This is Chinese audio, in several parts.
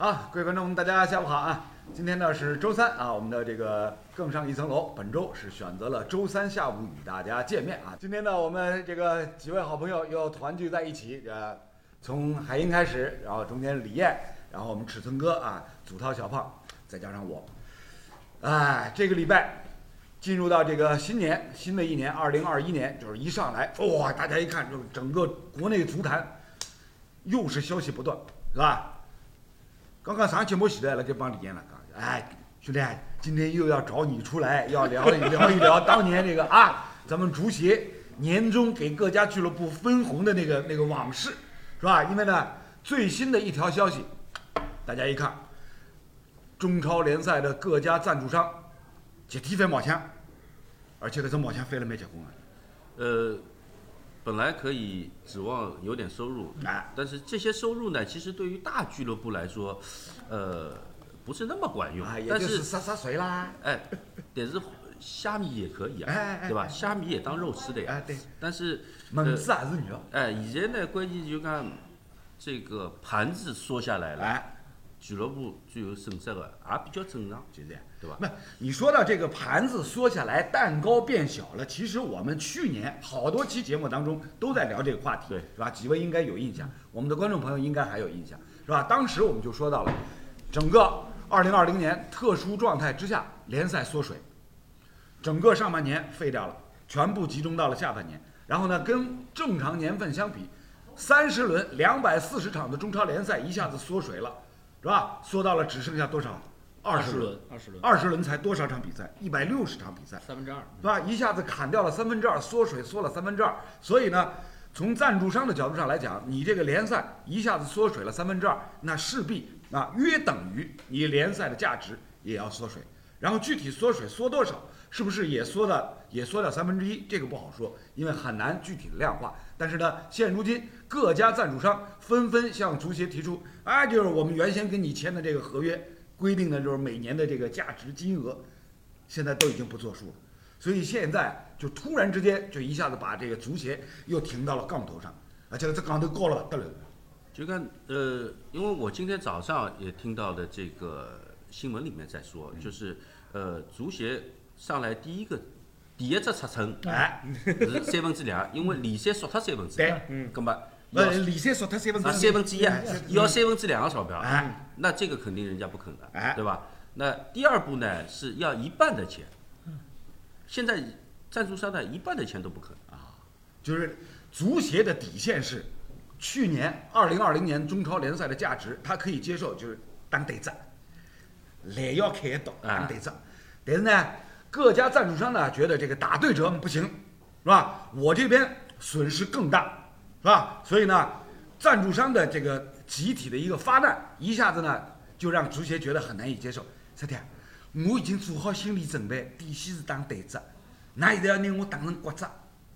好，各位观众，大家下午好啊！今天呢是周三啊，我们的这个更上一层楼，本周是选择了周三下午与大家见面啊。今天呢，我们这个几位好朋友又团聚在一起，从海英开始，然后中间李艳，然后我们尺寸哥啊，祖涛、小胖，再加上我，这个礼拜进入到这个新的一年2021年，就是一上来哇，大家一看，就整个国内足坛又是消息不断，是吧？刚刚上节目起来了，就帮李艳了，兄弟，今天又要找你出来，要聊一聊当年这个咱们足协年终给各家俱乐部分红的那个往事，是吧？因为呢，最新的一条消息，大家一看，中超联赛的各家赞助商集体翻毛腔，而且这毛腔翻了蛮结棍啊。 本来可以指望有点收入，但是这些收入呢，其实对于大俱乐部来说，不是那么管用。 也就是洒水啦。 但是虾米也可以啊，对吧？虾米也当肉吃的呀。 对。 但是猛子还是肉。 现在呢，关键就讲这个盘子缩下来了，俱乐部最有损失的也比较正常，就这样，对吧？ 不，你说到这个盘子缩下来，蛋糕变小了，其实我们去年好多期节目当中都在聊这个话题， 对， 是吧？几位应该有印象，我们的观众朋友应该还有印象，是吧？当时我们就说到了，整个2020年特殊状态之下，联赛缩水，整个上半年废掉了，全部集中到了下半年，然后呢，跟正常年份相比，30轮240场的中超联赛一下子缩水了。是吧？缩到了只剩下多少？20轮才多少场比赛？160场比赛 ，2/3， 是吧？一下子砍掉了2/3，缩了2/3。所以呢，从赞助商的角度上来讲，你这个联赛一下子缩水了2/3，那势必约等于你联赛的价值也要缩水。然后具体缩水缩多少，是不是也缩掉1/3？这个不好说，因为很难具体的量化。但是呢，现如今各家赞助商纷纷向足协提出，就是我们原先跟你签的这个合约规定的就是每年的这个价值金额，现在都已经不作数了。所以现在就突然之间就一下子把这个足协又停到了杠头上，这个杠头高了不得了。 就看因为我今天早上也听到的这个新闻里面在说，就是足协上来第一只尺寸是2/3，因为联赛缩脱1/3，那么联赛缩脱 1/3，要2/3的钞票，那这个肯定人家不肯的，对吧？那第二步呢是要1半的钱，现在赞助商的1半的钱都不肯就是足协的底线是，去年2020年中超联赛的价值，他可以接受，就是打对折，来要开一刀打对折，但是呢。各家赞助商呢觉得这个打对折不行，是吧？我这边损失更大，是吧？所以呢，赞助商的这个集体的一个发难，一下子呢就让足协觉得很难以接受。这天，我已经做好心理准备，底线是打对折，那现在要拿我打成骨折。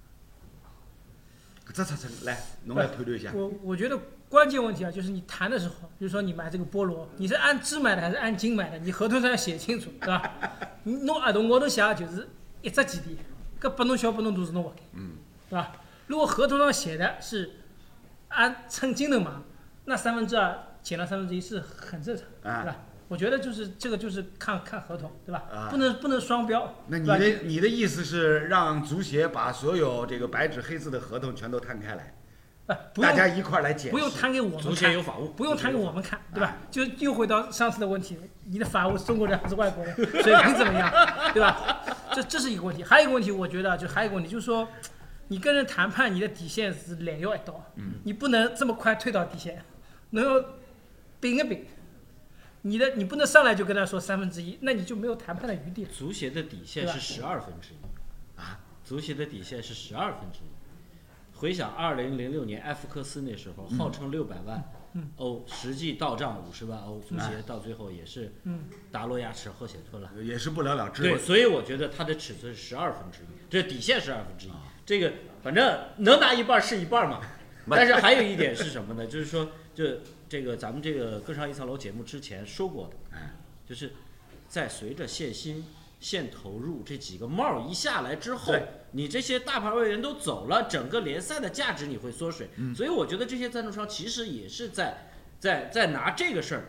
这来，侬来判断一下。 我觉得关键问题就是你谈的时候，就是说你买这个菠萝，你是按只买的还是按斤买的？你合同上要写清楚，对吧？侬合同高头写就是1只基地，搿拨侬小拨侬大是侬活该，对吧？如果合同上写的是按称斤头嘛，那2/3减了1/3是很正常，对吧？我觉得这个就是看合同，对吧？不能双标。 那你的意思是让足协把所有这个白纸黑字的合同全都摊开来？大家一块来解释， 不用摊给我们看， 足协有法务， 不用摊给我们看，对吧？就又回到上次的问题，你的法务是中国人还是外国人，水平怎么样，对吧？这是一个问题。还有一个问题，我觉得还有一个问题就是说，你跟人谈判，你的底线是来要一刀，你不能这么快退到底线，能要并一并。你不能上来就跟他说1/3，那你就没有谈判的余地。 足协的底线是1/12足协的底线是1/12。回想2006年埃弗克斯那时候，号称600万欧，实际到账50万欧，足协到最后也是打落牙齿后血吞了， 也是不了了之。 对，所以我觉得它的尺寸是1/12，这底线是1/12，这个反正能拿1半是1半嘛。但是还有一点是什么呢？就是说，就这个咱们这个更上一层楼节目之前说过的，就是在随着限薪、限投入这几个帽一下来之后，你这些大牌外援都走了，整个联赛的价值你会缩水。所以我觉得这些赞助商其实也是在拿这个事儿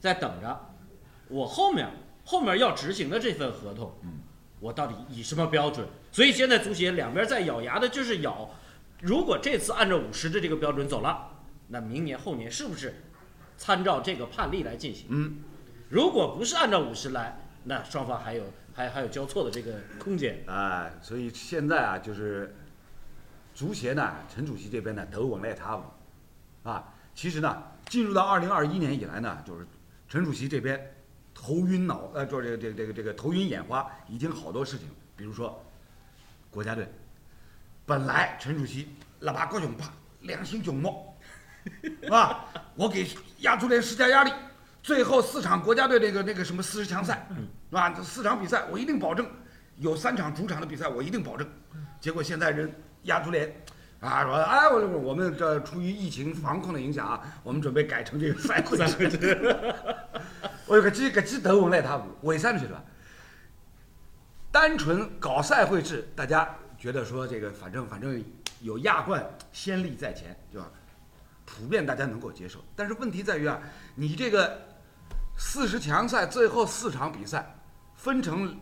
在等着我后面要执行的这份合同，我到底以什么标准？所以现在足协两边在咬牙的，就是咬，如果这次按照50的这个标准走了，那明年后年是不是参照这个判例来进行？如果不是按照50来，那双方还有交错的这个空间。 所以现在啊，就是足协呢，陈主席这边呢头稳了一塌糊啊。其实呢，进入到2021年以来呢，就是陈主席这边头晕就是这个头晕眼花，已经好多事情，比如说国家队，本来陈主席那把高雄怕良心窘迫，是吧？我给亚足联施加压力，最后4场国家队那个什么40强赛，是吧？这4场比赛我一定保证，有3场主场的比赛我一定保证。结果现在亚足联说我们这出于疫情防控的影响啊，我们准备改成这个赛会制。我有个鸡头稳了一塌糊，为啥呢？晓得吧？单纯搞赛会制，大家觉得说这个反正有亚冠先例在前，对吧？普遍大家能够接受。但是问题在于啊，你这个40强赛最后4场比赛分成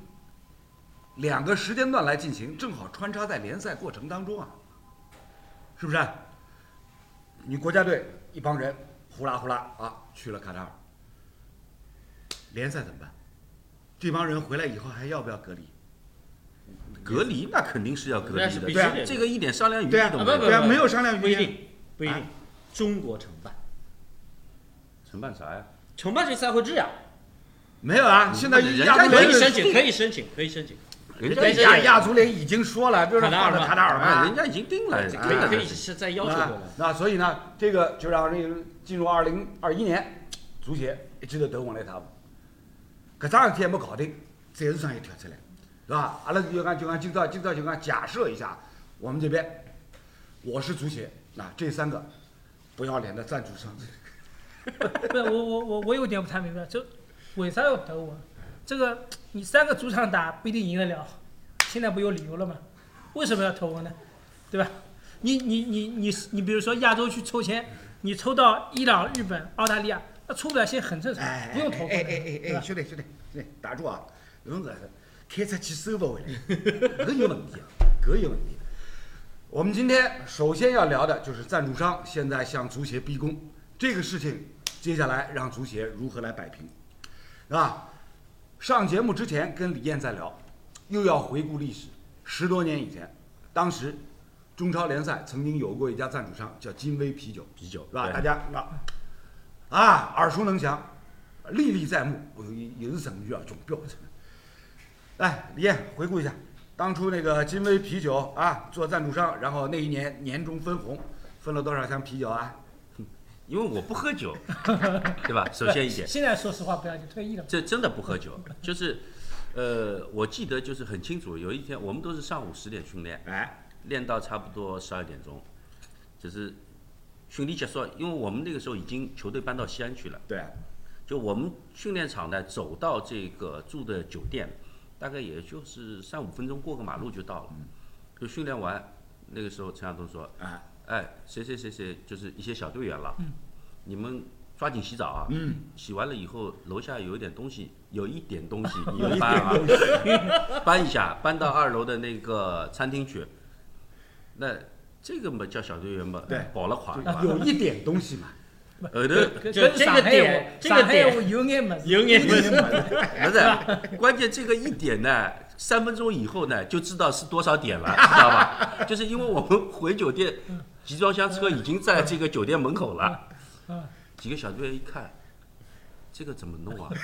2个时间段来进行，正好穿插在联赛过程当中啊。是不是？你国家队一帮人呼啦去了卡塔尔，联赛怎么办？这帮人回来以后还要不要隔离？ 隔离那肯定是要隔离的， 对啊， 这个一点商量余地都没有。 对啊，没有商量余地，不一定。中国承办， 承办啥呀？ 承办这赛会制呀？ 没有啊，现在可以申请。 人家亚足联已经说了，就是放在卡塔尔嘛， 人家已经定了， 可以再要求回来。 那所以呢，这个就让这个进入2021年，足协一直都头稳了一塌糊。搿桩事体还没搞定，再市场也跳出来，是吧？阿拉就讲今朝就讲假设一下，我们这边我是足协，那这3个不要脸的赞助商。 不是我有点不太明白，就为啥要投我？这个你3个主场打不一定赢得了，现在不有理由了吗？为什么要投我呢？对吧？你比如说亚洲去抽签，你抽到伊朗、日本、澳大利亚，那出不了线很正常，不用投。 兄弟，打住啊！搿个开出去收不回来，搿有问题。我们今天首先要聊的就是赞助商现在向足协逼宫这个事情，接下来让足协如何来摆平，是吧？上节目之前跟李艳在聊，又要回顾历史，10多年以前，当时中超联赛曾经有过一家赞助商叫金威啤酒，是吧？大家耳熟能详，历历在目，有是成语啊，总标准。来，李艳回顾一下，当初那个金威啤酒啊做赞助商，然后那一年年终分红，分了多少箱啤酒啊？ 因为我不喝酒，对吧？首先一点。 现在说实话不要紧，退役了。 这真的不喝酒，就是，我记得就是很清楚，有一天我们都是上午10点训练，练到差不多12点钟，就是训练结束，因为我们那个时候已经球队搬到西安去了。 对。 就我们训练场呢，走到这个住的酒店，大概也就是3、5分钟过个马路就到了。就训练完，那个时候陈亚东说，谁，就是一些小队员了，你们抓紧洗澡啊，洗完了以后楼下有一点东西，你们搬啊，搬一下，搬到2楼的那个餐厅去。那这个嘛叫小队员嘛，保了垮， 有一点东西嘛。 这个点有眼么子， 不是，关键这个一点呢，3分钟以后呢就知道是多少点了，知道吧？就是因为我们回酒店，集装箱车已经在这个酒店门口了，几个小队员一看，这个怎么弄啊？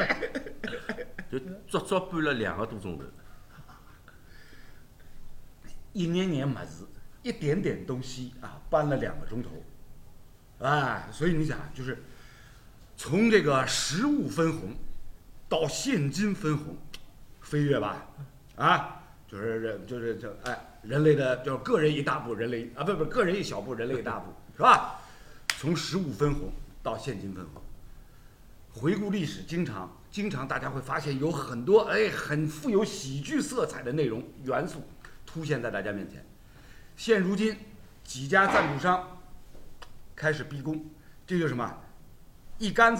就足搬了2个多钟头， 一眼么子，一点点东西啊，搬了2个钟头。所以你想，就是从这个实物分红到现金分红，飞跃吧，就是人类的就是个人一大步，个人一小步，人类一大步，是吧？从实物分红到现金分红，回顾历史，经常大家会发现有很多很富有喜剧色彩的内容元素凸现在大家面前。现如今几家赞助商开始逼宫，这就是什么？一竿子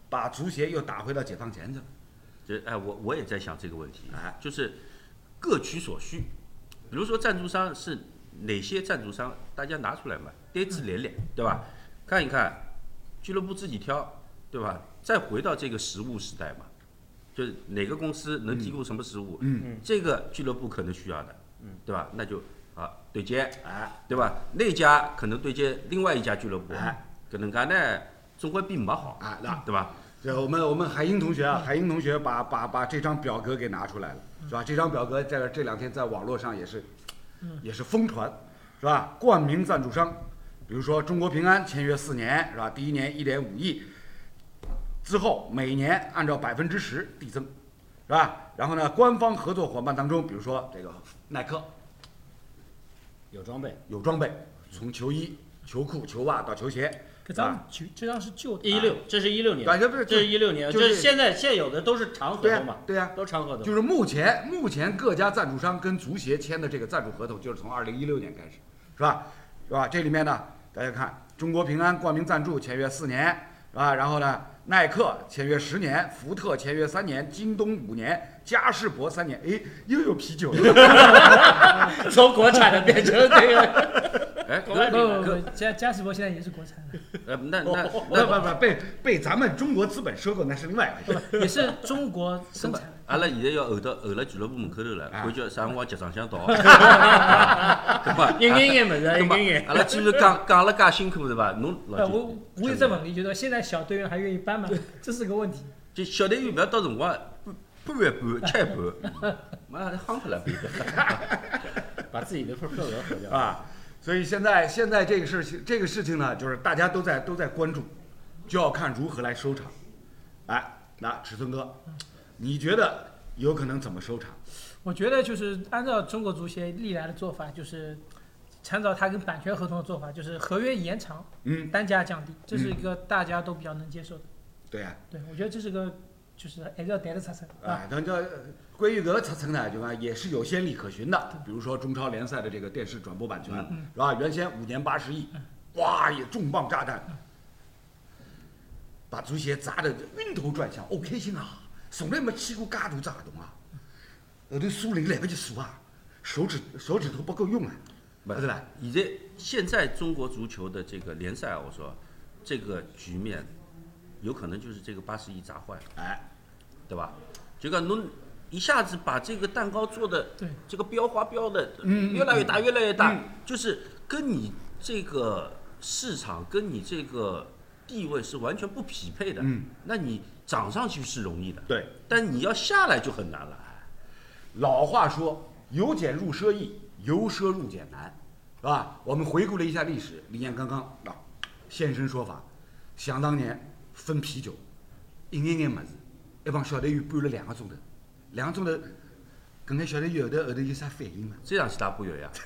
把足协又打回到解放前去了。 我也在想这个问题， 哎， 就是各取所需。比如说赞助商是哪些赞助商，大家拿出来嘛，掂指练练，对吧？看一看，俱乐部自己挑，对吧？再回到这个实物时代嘛，就是哪个公司能提供什么实物，这个俱乐部可能需要的，对吧？那就对接，对吧？那家可能对接另外一家俱乐部，搿能介呢，总归比没好，对吧？ 这我们海英同学啊，海英同学把这张表格给拿出来了，是吧？这张表格在这2天在网络上也是疯传，是吧？冠名赞助商，比如说中国平安签约4年，是吧？第1年1.5亿，之后每年按照10%递增，是吧？然后呢，官方合作伙伴当中，比如说这个耐克， 有装备， 从球衣、球裤、球袜到球鞋。 这张是旧的 ，16，这是16年，这是16年， 就是现有的都是长合同嘛， 对呀， 都长合同。 就是目前各家赞助商跟足协签的这个赞助合同，就是从2016年开始，是吧？这里面呢，大家看，中国平安冠名赞助签约4年，是吧？然后呢，耐克签约10年，福特签约3年，京东5年，嘉士伯3年，哎，又有啤酒了， 从国产的变成这个。 不，嘉士伯现在也是国产的。 那被咱们中国资本收购那是另外一回事， 也是中国生产。 阿拉现在要候了俱乐部门口头了，感觉啥辰光结账箱到？对吧？ 眼么子， 阿拉既然讲了介辛苦，对吧？侬老我有只问题，就是现在小队员还愿意搬吗？这是个问题。 就小队员不要到辰光搬一搬，吃一搬，妈夯出来搬， 把自己的份额合掉啊。所以现在这个事情呢，就是大家都在关注，就要看如何来收场。哎，那尺寸哥，你觉得有可能怎么收场？ 我觉得就是按照中国足协历来的做法，就是参照他跟版权合同的做法，就是合约延长，单价降低，这是一个大家都比较能接受的。 对呀。 对，我觉得这是个就是还是要谈得出来啊。等这关于这个尺寸呢，就也是有先例可循的，比如说中超联赛的这个电视转播版权，是吧？原先5年80亿，哇，也重磅炸弹，把足协砸得晕头转向。我开心啊，从来没去过介大只合同啊，后头数零来不及数啊，手指头不够用啊，是吧？ 现在中国足球的这个联赛，我说这个局面有可能就是这个80亿砸坏了， 哎， 对吧？就讲侬一下子把这个蛋糕做的这个标花标的越来越大，越来越大，就是跟你这个市场跟你这个地位是完全不匹配的。那你涨上去是容易的， 对， 但你要下来就很难了。 老话说，由俭入奢易，由奢入俭难，是吧？我们回顾了一下历史，李彦刚刚现身说法，想当年分啤酒，一眼么子，一帮小队员搬了2个钟头。2个钟头，搿眼小队员后头有啥反应嘛？ 这样是大不有呀。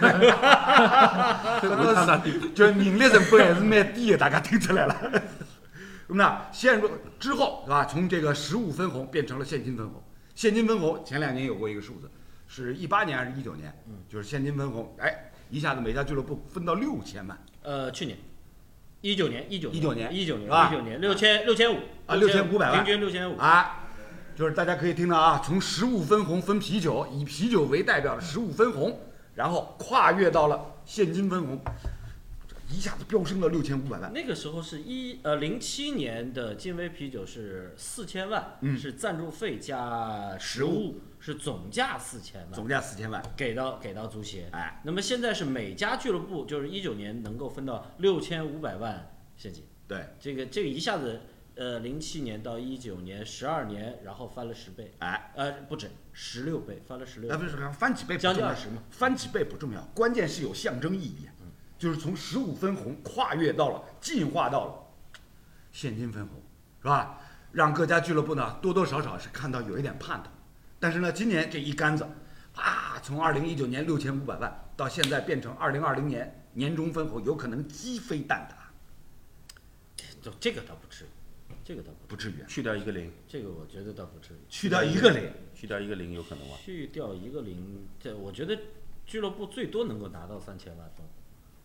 就人力成本还是蛮低的，大家听出来了。那么陷入之后是吧？从这个15分红变成了现金分红。现金分红前2年有过一个数字，是18年还是19年？就是现金分红，哎，一下子每家俱乐部分到6000万。 去年。19年 ，19年 6500 啊，6500万， 平均6500 啊。就是大家可以听到啊，从15分红分啤酒，以啤酒为代表的15分红，然后跨越到了现金分红，一下子飙升了6500万。 那个时候是07年的金威啤酒是4000万，是赞助费加实物，是总价4000万， 总价4000万给到足协。 哎， 那么现在是每家俱乐部就是19年能够分到6500万现金。 对， 这个一下子。07年到19年12年，然后翻了10倍，不止16倍，翻了16倍。 不是翻几倍不重要， 将近20嘛。 翻几倍不重要，关键是有象征意义，就是从15分红跨越到了，进化到了现金分红，是吧？让各家俱乐部呢多多少少是看到有一点盼头。但是呢，今年这一竿子，从2019年6500万到现在变成2020年年终分红，有可能鸡飞蛋打。 这个倒不至于。这个倒不至于， 去掉一个0， 这个我觉得倒不至于。 去掉一个0， 去掉一个0有可能吗？ 去掉一个0，这我觉得俱乐部最多能够拿到3000万分红。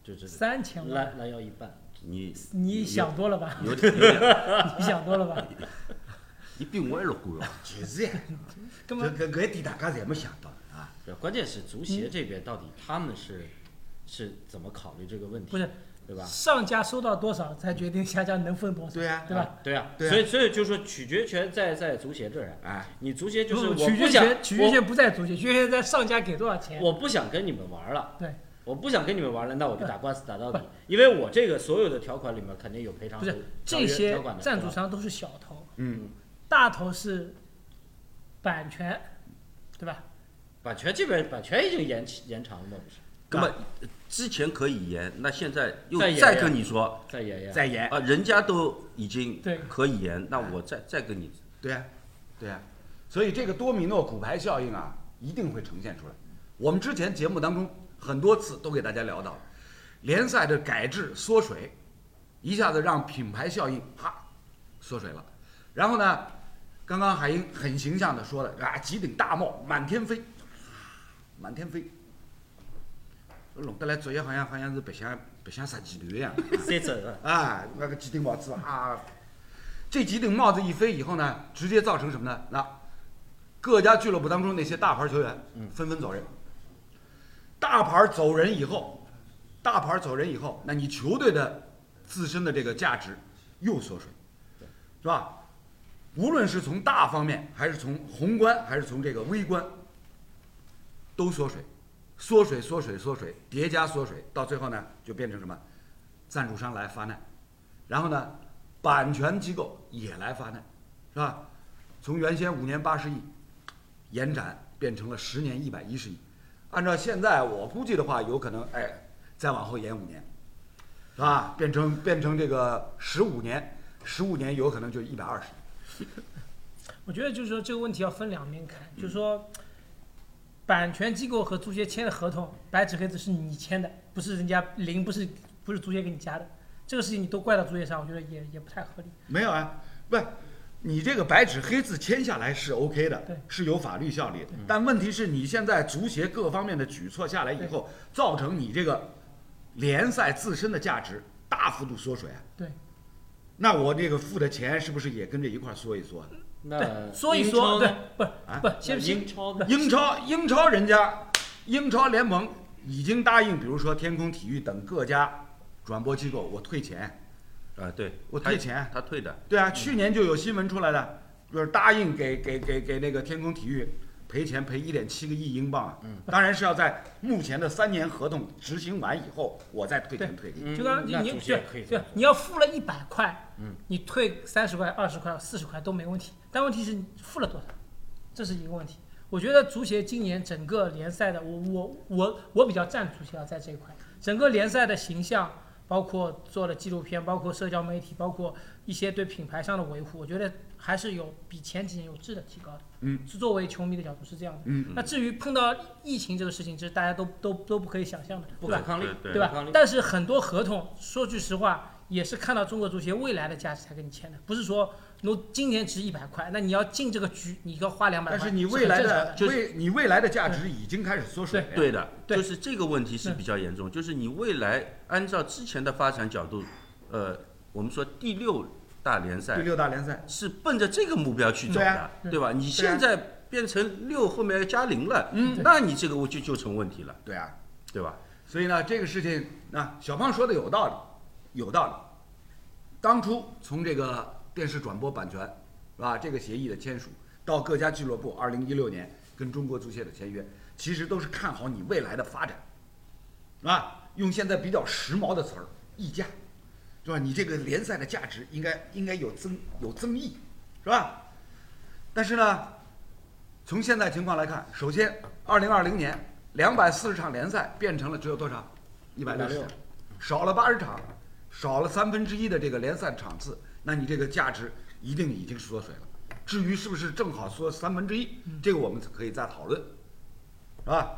就是 3000万， 拦腰一半。 你想多了吧？ 有点你想多了吧？ 你比我还乐观哦。 就是呀， 根本搿一点大家侪没想到啊。 关键是足协这边到底他们是怎么考虑这个问题？ 不是， 对吧？ 上家收到多少才决定下家能分多少， 对呀， 对吧？ 对啊， 对啊所以就是说取决权在足协这儿。 哎， 你足协就是我取不想， 决权不在足协，取决权在上家给多少钱。 我不想跟你们玩了。 对。 我不想跟你们玩了，那我就打官司打到底，因为我这个所有的条款里面肯定有赔偿不是条约这些条款的赞助商都是小头， 大头是版权，对吧？ 版权已经延长了嘛，不是？ 那么之前可以延，那现在又再延再跟你说再延啊，人家都已经对可以延，那我再跟你。 对呀，对呀，所以这个多米诺骨牌效应啊，一定会呈现出来。我们之前节目当中很多次都给大家聊到，联赛的改制缩水，一下子让品牌效应缩水了。然后呢，刚刚海英很形象的说了啊，几顶大帽满天飞，满天飞。弄得来作业好像是白相杀鸡头一样。 谁走了？ 啊，那个几顶帽子啊，这几顶帽子一飞以后呢，直接造成什么呢？那各家俱乐部当中那些大牌球员纷纷走人。大牌走人以后，那你球队的自身的这个价值又缩水，是吧？无论是从大方面，还是从宏观，还是从这个微观，都缩水。缩水，叠加缩水，到最后呢，就变成什么？赞助商来发难，然后呢，版权机构也来发难，是吧？从原先5年80亿，延展变成了10年110亿。按照现在我估计的话，有可能再往后延5年，是吧？变成这个15年有可能就120亿。 我觉得就是说这个问题要分两面看，就是说。版权机构和足协签的合同，白纸黑字是你签的，不是人家零，不是足协给你加的。这个事情你都怪到足协上，我觉得也不太合理。 没有啊，不，你这个白纸黑字签下来是 OK 的， 对， 是有法律效力的。但问题是你现在足协各方面的举措下来以后，造成你这个联赛自身的价值大幅度缩水啊。 对。 那我这个付的钱是不是也跟着一块缩一缩？ 那说一说，对，不，先英超的英超人家英超联盟已经答应，比如说天空体育等各家转播机构，我退钱。 对， 我退钱， 他退的。 对啊，去年就有新闻出来的，就是答应给那个天空体育赔钱，赔1.7个亿英镑啊。当然是要在目前的3年合同执行完以后，我再退钱退你。 就刚你要付了100块，你退30块、20块、40块都没问题。但问题是你付了多少，这是一个问题。我觉得足协今年整个联赛的，我比较赞足协在这一块，整个联赛的形象，包括做了纪录片，包括社交媒体，包括一些对品牌上的维护，我觉得还是有比前几年有质的提高的。是作为球迷的角度是这样的。那至于碰到疫情这个事情，这是大家都不可以想象的， 不可抗力， 对吧？但是很多合同，说句实话，也是看到中国足协未来的价值才跟你签的，不是说今年值100块，那你要进这个局，你要花200块。 但是你未来的你未来的价值已经开始缩水了。 对的，就是这个问题是比较严重，就是你未来按照之前的发展角度，我们说第6大联赛是奔着这个目标去走的，对吧？你现在变成6后面要加0了，那你这个就成问题了， 对啊， 对吧？ 所以呢，这个事情小胖说的有道理。当初从这个电视转播版权，是吧？这个协议的签署，到各家俱乐部2016年跟中国足协的签约，其实都是看好你未来的发展，是吧？用现在比较时髦的词儿，溢价，是吧？你这个联赛的价值应该有增益，是吧？但是呢，从现在情况来看，首先2020年240场联赛变成了只有多少？160场，少了80场。少了1/3的这个联赛场次，那你这个价值一定已经缩水了。至于是不是正好缩1/3，这个我们可以再讨论，是吧？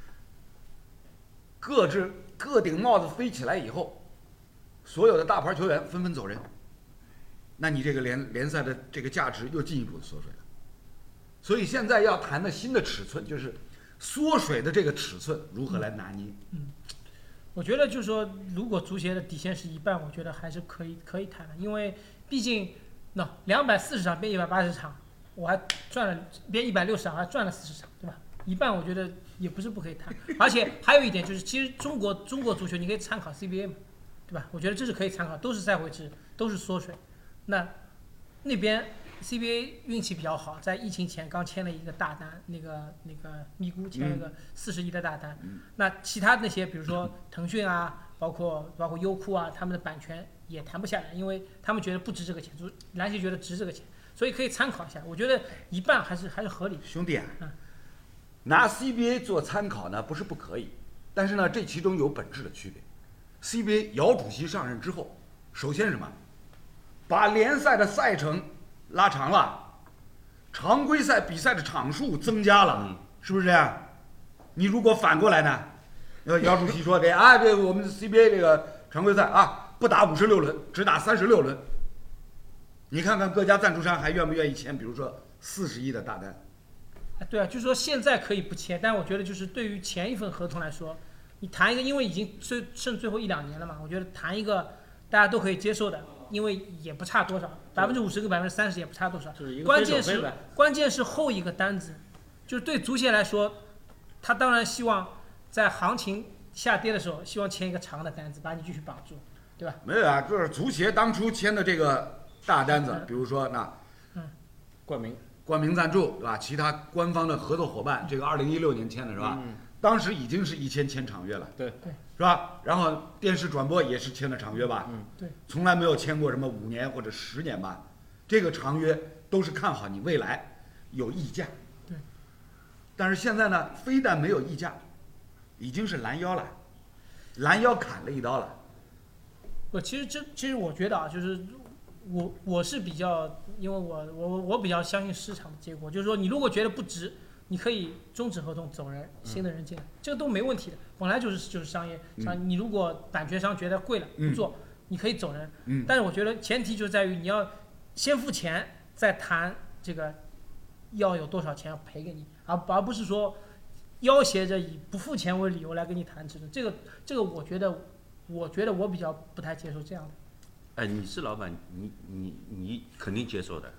各顶帽子飞起来以后，所有的大牌球员纷纷走人，那你这个联赛的这个价值又进一步的缩水了。所以现在要谈的新的尺寸，就是缩水的这个尺寸如何来拿捏。 我觉得就是说，如果足协的底线是1半，我觉得还是可以谈的，因为毕竟240场变180场，我还赚了变160场，还赚了40场，对吧？1半我觉得也不是不可以谈，而且还有一点就是，其实中国足球你可以参考 CBA 嘛，对吧？我觉得这是可以参考，都是赛会制，都是缩水。那边 CBA 运气比较好，在疫情前刚签了一个大单，那个咪咕签了个40亿的大单。那其他那些，比如说腾讯啊，包括优酷啊，他们的版权也谈不下来，因为他们觉得不值这个钱，篮协觉得值这个钱，所以可以参考一下。我觉得1半还是合理。 兄弟啊，拿 CBA 做参考呢，不是不可以，但是呢，这其中有本质的区别。CBA 姚主席上任之后，首先什么，把联赛的赛程拉长了，常规赛比赛的场数增加了，是不是这样？你如果反过来呢？姚主席说这我们 CBA 这个常规赛不打56轮，只打36轮。你看看各家赞助商还愿不愿意签，比如说40亿的大单？ 对啊，就是说现在可以不签，但我觉得就是对于前一份合同来说，你谈一个，因为已经剩最后1-2年了嘛，我觉得谈一个大家都可以接受的，因为也不差多少，50%跟30%也不差多少。关键是后一个单子，就是对足协来说，他当然希望在行情下跌的时候，希望签一个长的单子，把你继续绑住，对吧？ 没有啊，就是足协当初签的这个大单子，比如说冠名赞助，对吧？其他官方的合作伙伴，这个2016年签的是吧？当时已经是1000签长约了， 对， 是吧？然后电视转播也是签的长约吧？ 对， 从来没有签过什么5年或者10年吧？这个长约都是看好你未来有溢价。 对。 但是现在呢，非但没有溢价，已经是拦腰了，拦腰砍了一刀了。 其实我觉得啊，就是我是比较，因为我比较相信市场的结果，就是说你如果觉得不值，你可以终止合同走人，新的人进来，这个都没问题的，本来就是商业。你如果版权商觉得贵了不做，你可以走人。但是我觉得前提就在于你要先付钱，再谈这个要有多少钱要赔给你，而不是说要挟着以不付钱为理由来跟你谈这个我觉得我比较不太接受这样的。 你是老板，你肯定接受的，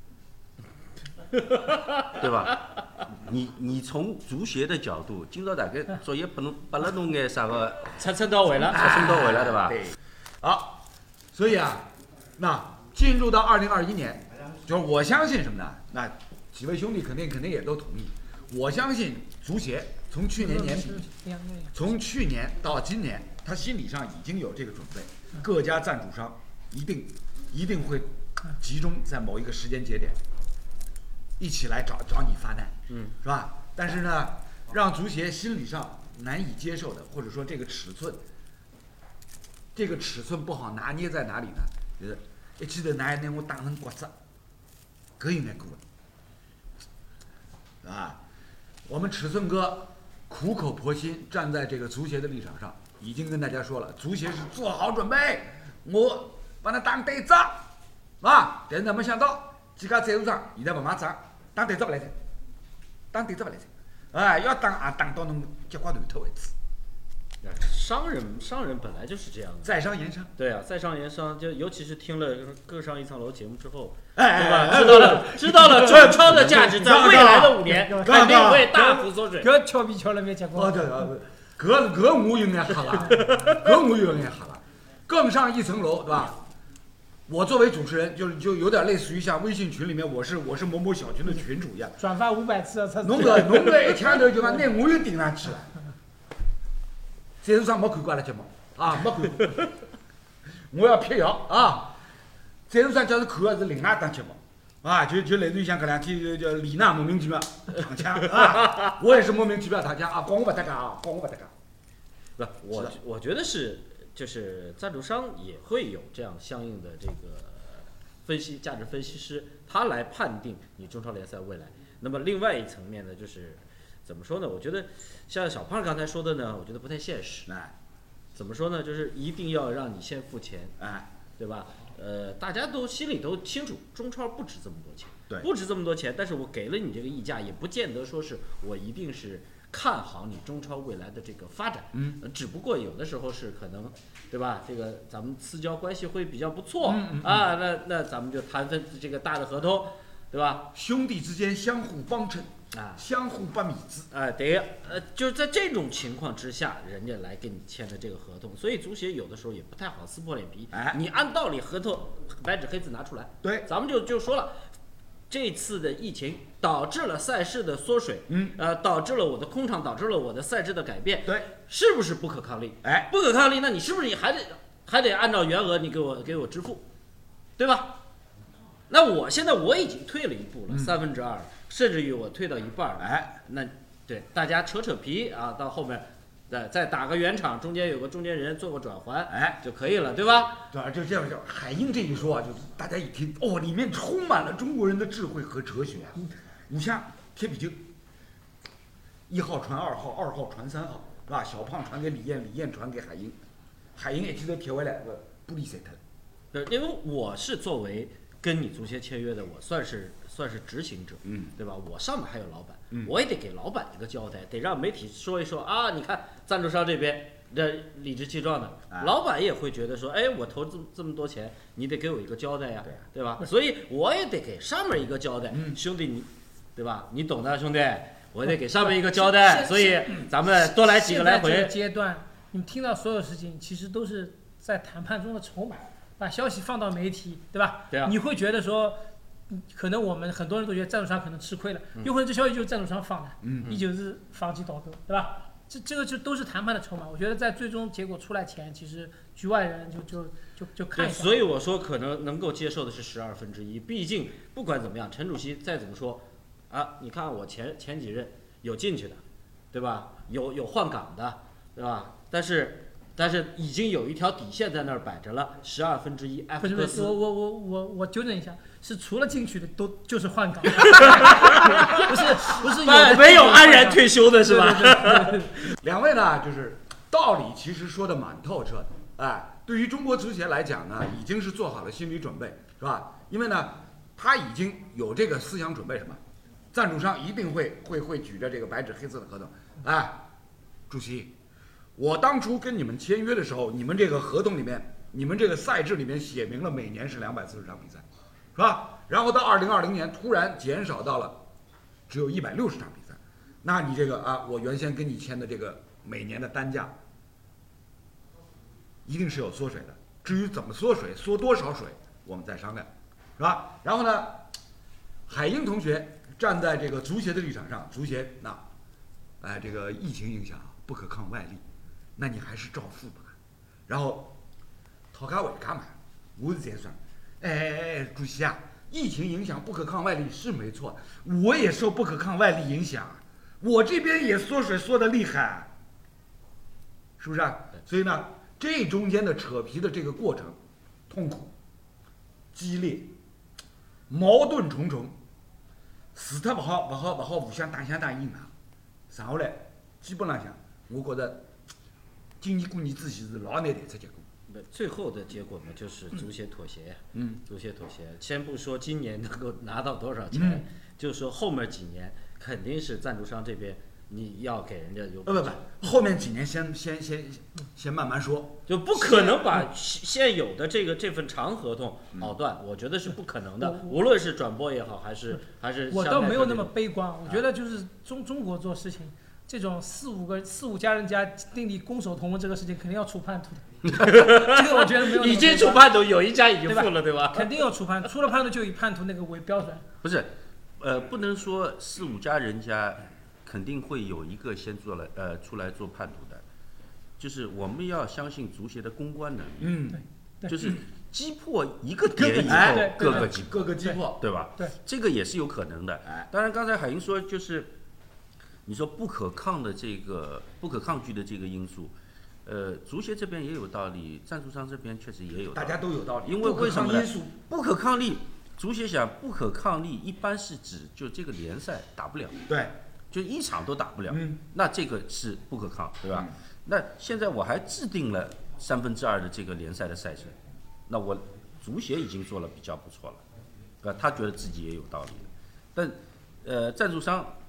对吧？你从足协的角度，今朝大概作业拨了侬眼啥个蹭到位了， 对吧？ 对。好，所以那进入到2021年，就是我相信什么呢？那几位兄弟肯定也都同意，我相信足协从去年年底，从去年到今年，他心理上已经有这个准备，各家赞助商一定会集中在某一个时间节点，一起来找你发难，是吧？但是呢，让足协心理上难以接受的，或者说这个尺寸不好拿捏在哪里呢？就是一记头拿我当成骨子，搿有眼过的，啊，我们尺寸哥苦口婆心站在这个足协的立场上，已经跟大家说了，足协是做好准备，我把他当对账，但是没想到几家赞助商现在不买账，当对账不来噻，要当也当到侬脚瓜断头为止。 商人本来就是这样的， 在商言商。 对啊，在商言商，就尤其是听了《更上一层楼》节目之后， 对吧？知道了中超的价值在未来的5年肯定会大幅缩水。 搿俏皮俏了没结果？ 对，搿我有眼哈了，更上一层楼，对吧？我作为主持人，就有点类似于像微信群里面，我是某某小群的群主一样， 转发500次才。 侬搿一天头就讲拿我又顶上去了。赞助商没看过阿拉节目没看过，我要辟谣赞助商假如看的是另外一档节目就类似于像搿2天叫李娜莫名其妙躺枪我也是莫名其妙躺枪光我不搭嘎不，我觉得就是赞助商也会有这样相应的这个价值分析师，他来判定你中超联赛未来。那么另外一层面呢，就是怎么说呢？我觉得像小胖刚才说的呢，我觉得不太现实。怎么说呢？就是一定要让你先付钱，对吧？大家都心里都清楚，中超不值这么多钱， 对， 不值这么多钱。但是我给了你这个溢价，也不见得说是我一定是看好你中超未来的这个发展。只不过有的时候是可能，对吧？这个咱们私交关系会比较不错啊，那咱们就谈份这个大的合同，对吧？ 兄弟之间相互帮衬啊， 相互把米子。 对，就是在这种情况之下，人家来跟你签的这个合同，所以足协有的时候也不太好撕破脸皮。你按道理合同白纸黑字拿出来， 对， 咱们就说了。这次的疫情导致了赛事的缩水，导致了我的空场，导致了我的赛制的改变， 对， 是不是不可抗力？不可抗力，那你是不是你还得按照原额你给我支付，对吧？那我现在我已经退了一步了，2/3，甚至于我退到一半了，那对大家扯皮啊，到后面。再打个圆场，中间有个中间人做个转环，就可以了，对吧？ 对，就这样叫海鹰这一说啊，就是大家一听哦，里面充满了中国人的智慧和哲学啊。你像铁皮筋，1号传2号，2号传3号，是吧？小胖传给李艳，李艳传给海鹰，海鹰也记得贴回来，不理谁他了。 对，因为我是作为跟你足协签约的，我算是执行者，对吧？我上面还有老板。我也得给老板一个交代，得让媒体说一说啊！你看赞助商这边这理直气壮的，老板也会觉得说，哎，我投这么多钱，你得给我一个交代呀，对吧？所以我也得给上面一个交代，兄弟你，对吧？你懂的，兄弟，我得给上面一个交代，所以咱们多来几个来回。 这个阶段，你们听到所有事情，其实都是在谈判中的筹码，把消息放到媒体，对吧？ 对啊。 你会觉得说。可能我们很多人都觉得赞助商可能吃亏了，有可能这消息就是赞助商放的，19日放弃导购，对吧？这个就都是谈判的筹码。我觉得在最终结果出来前，其实局外人就看一下。 所以我说可能能够接受的是1/12，毕竟不管怎么样，陈主席再怎么说啊，你看我前几任有进去的，对吧？有换岗的，对吧？但是已经有一条底线在那儿摆着了，1/12埃弗克斯。 我纠正一下，是除了进去的都就是换岗，不是没有安然退休的是吧？ 对。 两位呢，就是道理其实说的蛮透彻的，对于中国足协来讲呢，已经是做好了心理准备，是吧？因为呢，他已经有这个思想准备，什么？赞助商一定会举着这个白纸黑字的合同，主席。我当初跟你们签约的时候，你们这个合同里面，你们这个赛制里面写明了每年是240场比赛，是吧？然后到2020年突然减少到了只有160场比赛，那你这个我原先跟你签的这个每年的单价，一定是有缩水的。至于怎么缩水，缩多少水，我们再商量，是吧？然后呢，海鹰同学站在这个足协的立场上，足协这个疫情影响不可抗外力。那你还是照付吧，然后讨价还价嘛，我是这样说，主席啊，疫情影响不可抗外力是没错，我也受不可抗外力影响，我这边也缩水缩得厉害，是不是啊？所以呢，这中间的扯皮的这个过程，痛苦、激烈、矛盾重重，除脱不好互相打相打硬啊，上下来基本上讲，我觉得。今年过年之前是老难谈出结果。 最后的结果嘛，就是足协妥协呀。足协妥协。先不说今年能够拿到多少钱，就说后面几年肯定是赞助商这边你要给人家有。 不，后面几年先慢慢说， 就不可能把现有的这份长合同熬断，我觉得是不可能的。无论是转播也好，还是我倒没有那么悲观，我觉得就是中国做事情。这种4、5家人家订立攻守同盟这个事情肯定要出叛徒的，这个我觉得没有。 已经出叛徒，有一家已经付了，对吧？ 肯定要出叛徒，出了叛徒就以叛徒那个为标准。 不是，不能说4、5家人家肯定会有一个先出来做叛徒的，就是我们要相信足协的公关能力，就是击破一个点以后，各个击破，对吧？ 对， 这个也是有可能的。当然，刚才海英说就是。你说不可抗拒的这个因素，足协这边也有道理，赞助商这边确实也有道理， 大家都有道理。 因为为什么呢？不可抗力，足协想不可抗力，一般是指就这个联赛打不了， 对， 就一场都打不了，那这个是不可抗，对吧？那现在我还制定了2/3的这个联赛的赛程，那我足协已经做了比较不错了，他觉得自己也有道理的，但赞助商。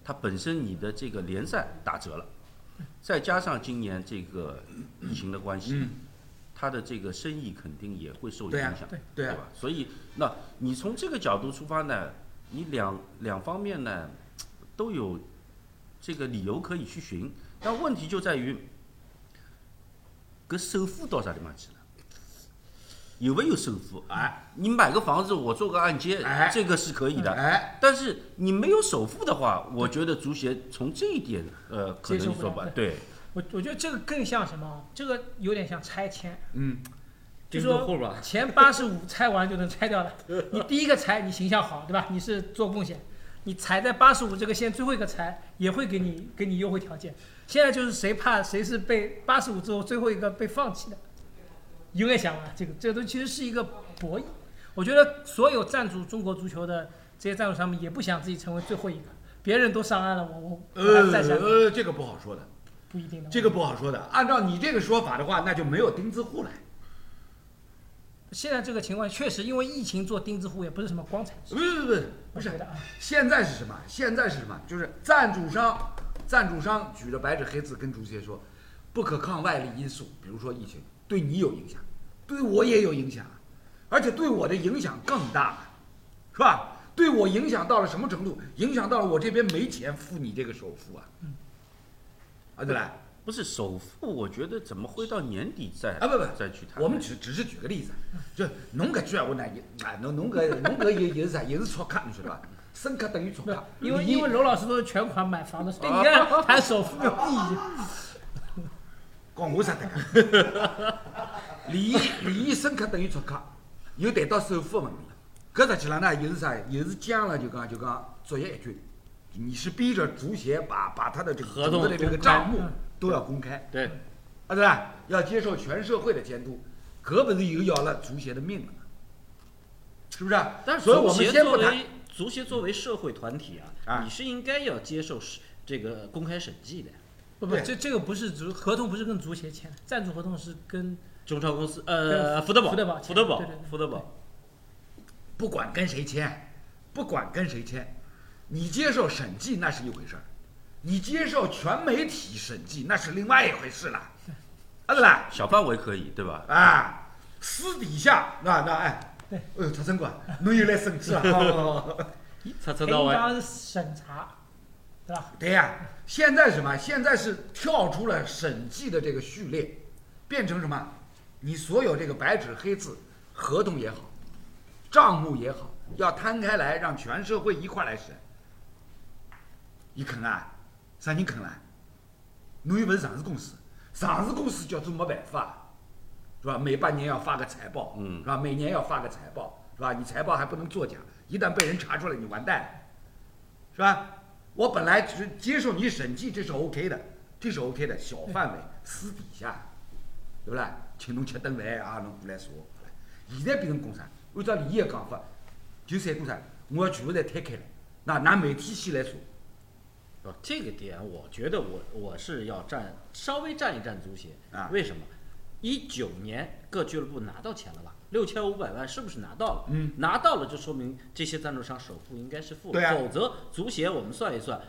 它本身你的这个联赛打折了，再加上今年这个疫情的关系，它的这个生意肯定也会受影响， 对吧？所以，那你从这个角度出发呢，你两方面呢都有这个理由可以去寻，但问题就在于，搿首付到啥地方去了？有没有首付？你买个房子，我做个按揭，这个是可以的。但是你没有首付的话，我觉得足协从这一点，可能说吧，对。 我觉得这个更像什么？这个有点像拆迁。就钉子户吧。 前85拆完就能拆掉了。你第一个拆，你形象好，对吧？你是做贡献。你踩在85这个线最后一个拆，也会给你优惠条件。现在就是谁怕谁是被85之后最后一个被放弃的。有点想啊，这个都其实是一个博弈。我觉得所有赞助中国足球的这些赞助商们也不想自己成为最后一个，别人都上岸了，我还在下面。 这个不好说的， 不一定的。 这个不好说的。按照你这个说法的话，那就没有钉子户了。 现在这个情况确实，因为疫情做钉子户也不是什么光彩。 不是的啊。现在是什么？就是赞助商举着白纸黑字跟足协说，不可抗外力因素，比如说疫情。对你有影响，对我也有影响，而且对我的影响更大，是吧？对我影响到了什么程度？影响到了我这边没钱付你这个首付啊！对吧？ 不是首付，我觉得怎么会到年底再再去谈？ 我们只是举个例子，就侬搿句闲话呢，侬搿也是啥？也是撮客，你晓得吧？深刻等于撮客， 因为娄老师都是全款买房的，对你看谈首付有意义。 讲我啥得个？利益深刻等于撮客，又谈到首付问题。搿实际上呢，又是啥？又是讲了就讲作业一句，你是逼着足协把他的这个合同的这个账目都要公开， 对吧？要接受全社会的监督，搿不是又要了足协的命了吗？是不是？ 但是所以我们先不谈。 足协作为社会团体你是应该要接受这个公开审计的。 不，这个不是合同，不是跟足协签的，赞助合同是跟中超公司福德堡， 不管跟谁签，你接受审计那是一回事儿，你接受全媒体审计那是另外一回事了，对吧？ 小范围可以，对吧？ 私底下蔡城管，侬又来生气了， 平常审查。对吧？ 对呀，现在什么？现在是跳出了审计的这个序列，变成什么？你所有这个白纸黑字，合同也好，账目也好，要摊开来，让全社会一块来审。你肯啊？啥人肯啊？侬又不是上市公司，上市公司叫做没办法，是吧？每半年要发个财报，是吧？每年要发个财报，是吧？你财报还不能作假，一旦被人查出来，你完蛋了，是吧？我本来只是接受你审计，这是 OK 的，小范围私底下，对不啦？请侬吃顿饭侬过来说。现在变成公啥？按照李毅的讲法，就三个啥？我要全部再摊开了，拿媒体先来说。 这个点我觉得我是要稍微站一站足协为什么？19年各俱乐部拿到钱了吧？6500万是不是拿到了？拿到了就说明这些赞助商首付应该是付了，否则足协我们算一算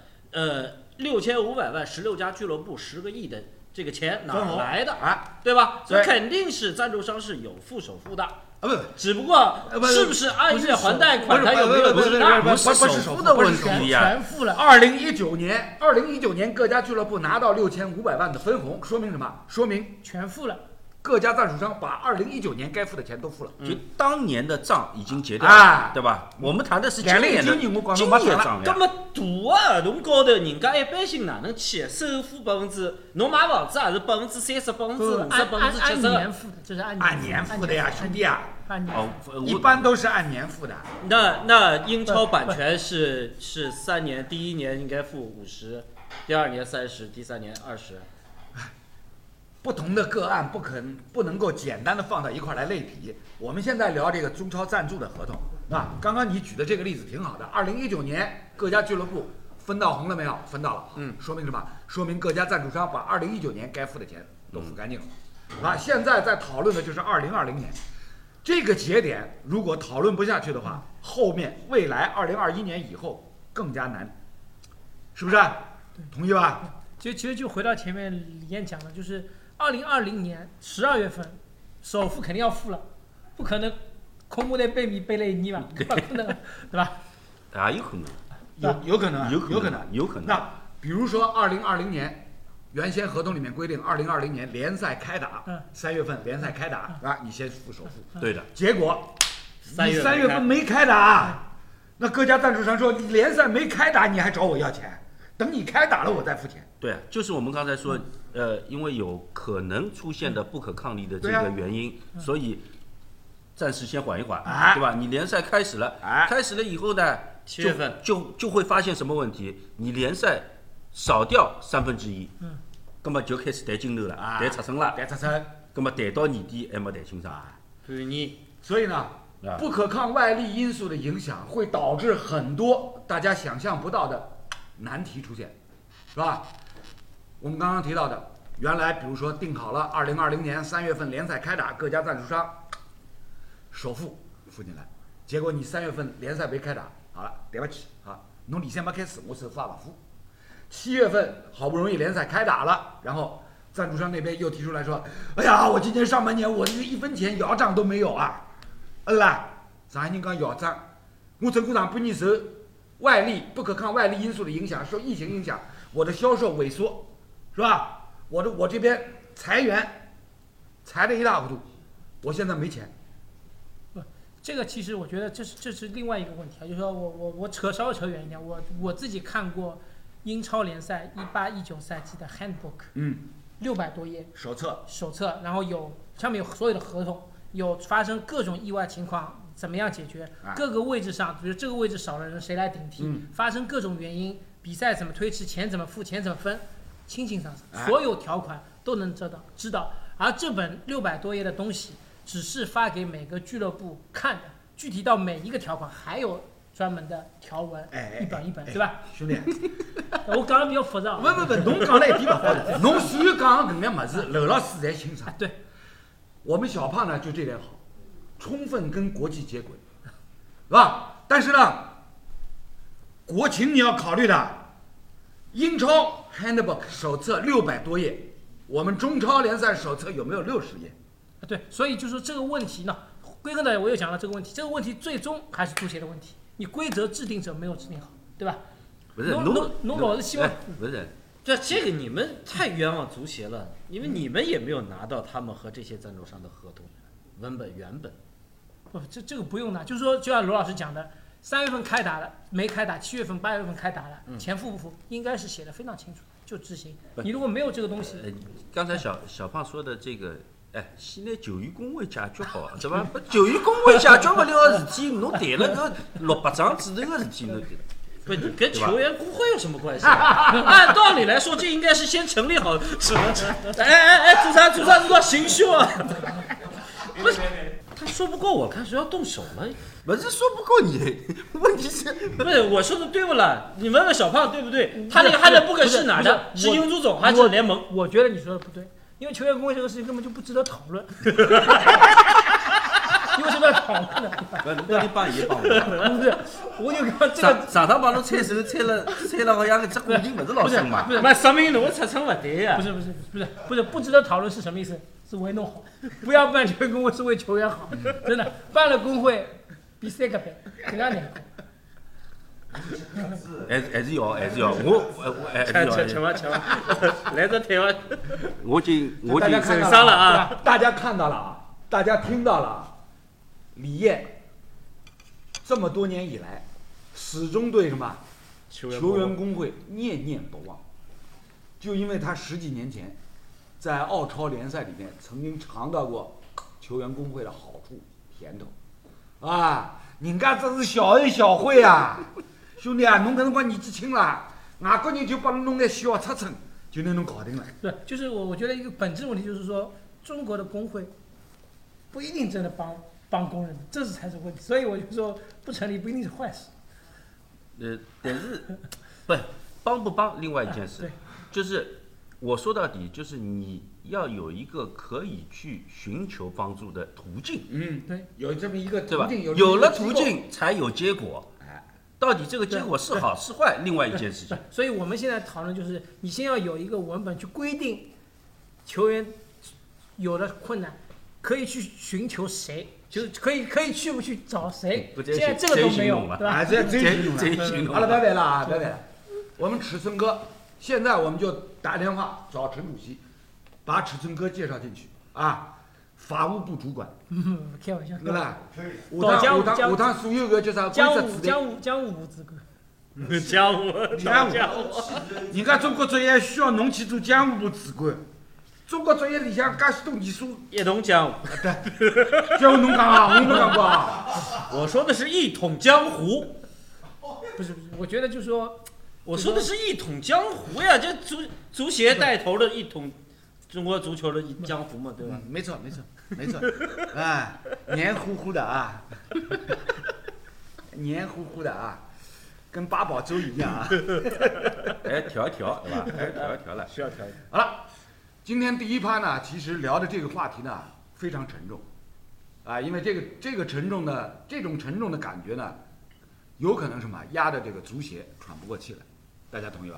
，6500万16家俱乐部10个亿的这个钱哪来的对吧？所以肯定是赞助商是有付首付的。只不过是不是按月还贷款，它有没有不是首付的问题呀？ 全付了。 2019年各家俱乐部拿到6500万的分红，说明什么？说明全付了。 各家赞助商把2019年该付的钱都付了， 就当年的账已经结掉了，对吧？我们谈的是今年的账。 那么大合同高头，人家一般性哪能签？首付%，侬买房子也是30%、50%、50%、70%。 按年付的，这是按年付的呀，兄弟啊！ 按年一般都是按年付的。 那英超版权是3年，第一年应该付50%，第二年30%，第三年20%。 不同的个案不能够简单的放到一块来类比。我们现在聊这个中超赞助的合同，刚刚你举的这个例子挺好的。2019年各家俱乐部分到红了没有？分到了。说明什么？说明各家赞助商把2019年该付的钱都付干净了。现在在讨论的就是2020年这个节点，如果讨论不下去的话，后面未来2021年以后更加难。 是不是？同意吧？ 其实就回到前面李艳讲的，就是2020年12月份，首付肯定要付了，不可能空木的背米背了一年吧，不可能，对吧？ 啊，有可能， 有可能， 有可能，有可能。 那比如说2020年，原先合同里面规定2020年联赛开打，3月份联赛开打啊，你先付首付。 对的。 结果 3 你3月份没开打，那各家赞助商说你联赛没开打，你还找我要钱，等你开打了我再付钱。 对，就是我们刚才说，因为有可能出现的不可抗力的这个原因，所以暂时先缓一缓，对吧？你联赛开始了，开始了以后呢 ，7月份就会发现什么问题？你联赛少掉1/3，那么就开始谈金头了，谈出生了，那么谈到年底还没谈清爽。 所以呢，不可抗外力因素的影响会导致很多大家想象不到的难题出现，是吧？我们刚刚提到的，原来比如说定好了2020年3月份联赛开打，各家赞助商首付付进来，结果你3月份联赛没开打，好了，对不起啊，侬联赛没开始，我首付也不付。7月份好不容易联赛开打了，然后赞助商那边又提出来说，哎呀，我今年上半年我这个1分钱摇账都没有啊，啦，上海人讲摇账，我整个上半年受外力不可抗外力因素的影响，受疫情影响，我的销售萎缩，是吧？我这边裁员，裁得一塌糊涂，我现在没钱。 这个其实我觉得这是另外一个问题啊，就是说我稍微扯远一点，我自己看过英超联赛18-19赛季的 handbook， 600多页手册， 然后上面有所有的合同，有发生各种意外情况怎么样解决，各个位置上，比如这个位置少了人谁来顶替，发生各种原因，比赛怎么推迟，钱怎么付，钱怎么分，清清爽爽，所有条款都能知道。而这本600多页的东西只是发给每个俱乐部看的，具体到每一个条款还有专门的条文，一本一本，对吧？ 兄弟， 我讲的比较复杂。 不，侬讲了一点不复杂，侬所有讲的搿眼物事，刘老师侪清爽。 对， 我们小胖呢就这点好，充分跟国际接轨，是吧？但是呢，国情你要考虑的，英超 handbook 手册600多页，我们中超联赛手册有没有60页？ 对，所以就是这个问题呢，归根到底我又讲了这个问题，这个问题最终还是足协的问题，你规则制定者没有制定好，对吧？ 不是， 侬老是希望不是。 这个你们太冤枉足协了，因为你们也没有拿到他们和这些赞助商的合同文本原本。 不，这个不用拿，就是说，就像罗老师讲的，3月份开打了，没开打，7月份、8月份开打了，钱付不付，应该是写的非常清楚，就执行。你如果没有这个东西， 刚才小胖说的这个，先拿球员工会解决好，对吧？球员工会解决不了的事体，侬谈了个600张纸头的事体，侬谈。 不，你跟球员工会有什么关系？按道理来说，这应该是先成立好什么？组长，行凶啊！不是，他说不过我，看谁要动手了。 不是说不过你，问题是不是我说的对不啦？你问问小胖对不对？他那个handbook是哪的？是英足总还是联盟？ 我觉得你说的不对，因为球员工会这个事情根本就不值得讨论。因为什么要讨论呢？ 那你帮伊帮我， 不是，我就讲这个上趟帮侬猜手猜了，好像这固定不是老深嘛？ 不是， 那说明侬出称不对呀。 不是，不值得讨论是什么意思？是为弄好，不要办球员工会是为球员好，真的办了工会比3个倍，更加难过。 还是要，我还是要。 吃吧，来这台湾。 我已经受伤了啊！ 大家看到了啊，大家听到了啊。李艳这么多年以来，始终对什么球员工会念念不忘，就因为他10几年前在澳超联赛里面曾经尝到过球员工会的好处甜头啊！人家这是小恩小惠啊，兄弟啊，侬搿辰光年纪轻了，外国人就帮侬弄点小尺寸，就能弄搞定了。 对，就是我觉得一个本质问题就是说，中国的工会不一定真的帮工人的，这才是问题。所以我就说不成立不一定是坏事。 但是不帮不帮另外一件事，就是我说到底就是你要有一个可以去寻求帮助的途径。 对，有这么一个途径， 有了途径才有结果。 到底这个结果是好是坏，另外一件事情。 所以我们现在讨论就是，你先要有一个文本去规定球员有了困难可以去寻求谁，就是可以去不去找谁。现在这个都没有，对吧？ 这真形容。 好了，别别了啊，别别了。我们尺寸哥，现在我们就打电话找陈主席，把尺寸哥介绍进去啊。法务部主管， 开玩笑， 对吧？ 下趟所有个叫啥？ 江务部主管。 江务， 人家中国足协需要侬去做江务部主管。中国足协里向介许多艺术， 一统江湖。 对，叫侬讲啊，我没讲过啊。 我说的是一统江湖。 不是，我觉得就是说， 我说的是一统江湖呀，这足协带头的一统中国足球的江湖嘛，对吧？ 没错，哎，黏糊糊的啊，黏糊糊的啊，跟八宝粥一样啊。 哎，调一调，对吧？哎，调一调了， 需要调一调。 好了，今天第一趴呢，其实聊的这个话题呢非常沉重，啊，因为这个沉重的这种沉重的感觉呢，有可能什么压得这个足协喘不过气来，大家同意吧？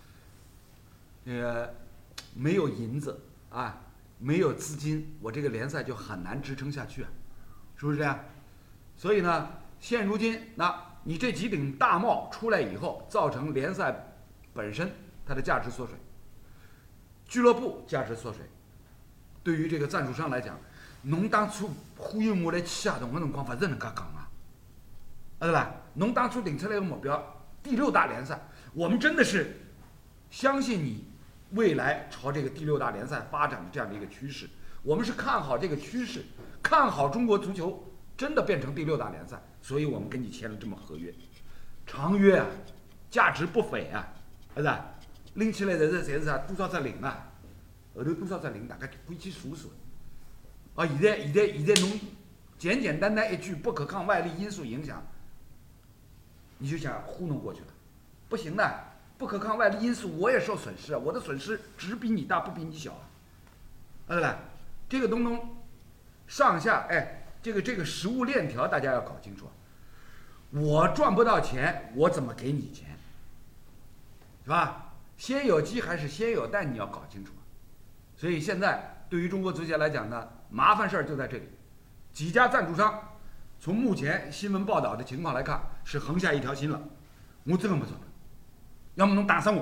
没有银子啊，没有资金，我这个联赛就很难支撑下去啊，是不是这样？所以呢，现如今那你这几顶大帽出来以后，造成联赛本身它的价值缩水，俱乐部价值缩水，对于这个赞助商来讲，侬当初忽悠我来签合同的辰光，勿是能介讲啊，对吧？侬当初定出来的目标，第6大联赛，我们真的是相信你未来朝这个第6大联赛发展的这样的一个趋势，我们是看好这个趋势，看好中国足球真的变成第6大联赛，所以我们跟你签了这么合约，长约啊，价值不菲啊，是不是？拎起来侪是啥？多少只零啊？后头多少只零？大家可以去数数。啊，现在侬简单一句不可抗外力因素影响，你就想糊弄过去了，不行的。不可抗外力因素，我也受损失啊！我的损失只比你大，不比你小啊！对吧？这个东上下，哎，这个食物链条大家要搞清楚。我赚不到钱，我怎么给你钱？是吧？先有鸡还是先有蛋？你要搞清楚。所以现在对于中国足协来讲呢，麻烦事儿就在这里。几家赞助商，从目前新闻报道的情况来看，是横下一条心了。我真的不做。要么能打伤我，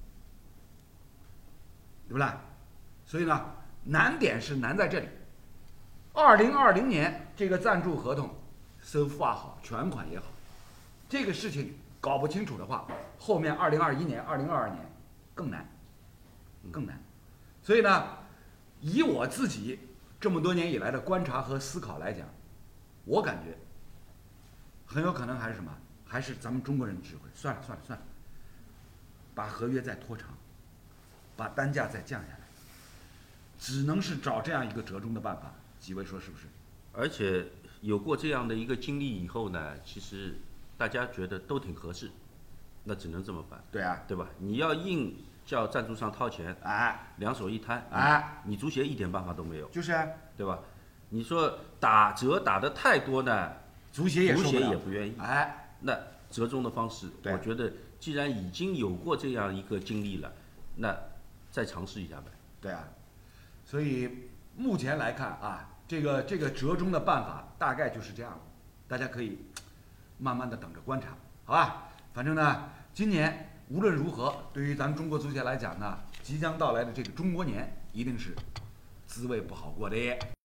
对不啦？所以呢，难点是难在这里。2020年这个赞助合同收付好，全款也好，这个事情搞不清楚的话，后面2021年、2022年更难，更难。所以呢，以我自己这么多年以来的观察和思考来讲，我感觉很有可能还是什么？还是咱们中国人智慧。算了。把合约再拖长，把单价再降下来，只能是找这样一个折中的办法。几位说是不是？ 而且有过这样的一个经历以后呢，其实大家觉得都挺合适，那只能这么办。 对啊， 对吧？你要硬叫赞助商掏钱， 哎， 两手一摊， 哎， 你足协一点办法都没有。 就是啊， 对吧？你说打折打得太多呢， 足协也不愿意。 哎， 那折中的方式，我觉得既然已经有过这样一个经历了，那再尝试一下呗。 对啊，所以目前来看啊，这个折中的办法大概就是这样，大家可以慢慢的等着观察，好吧？反正呢，今年无论如何，对于咱们中国足协来讲呢，即将到来的这个中国年一定是滋味不好过的。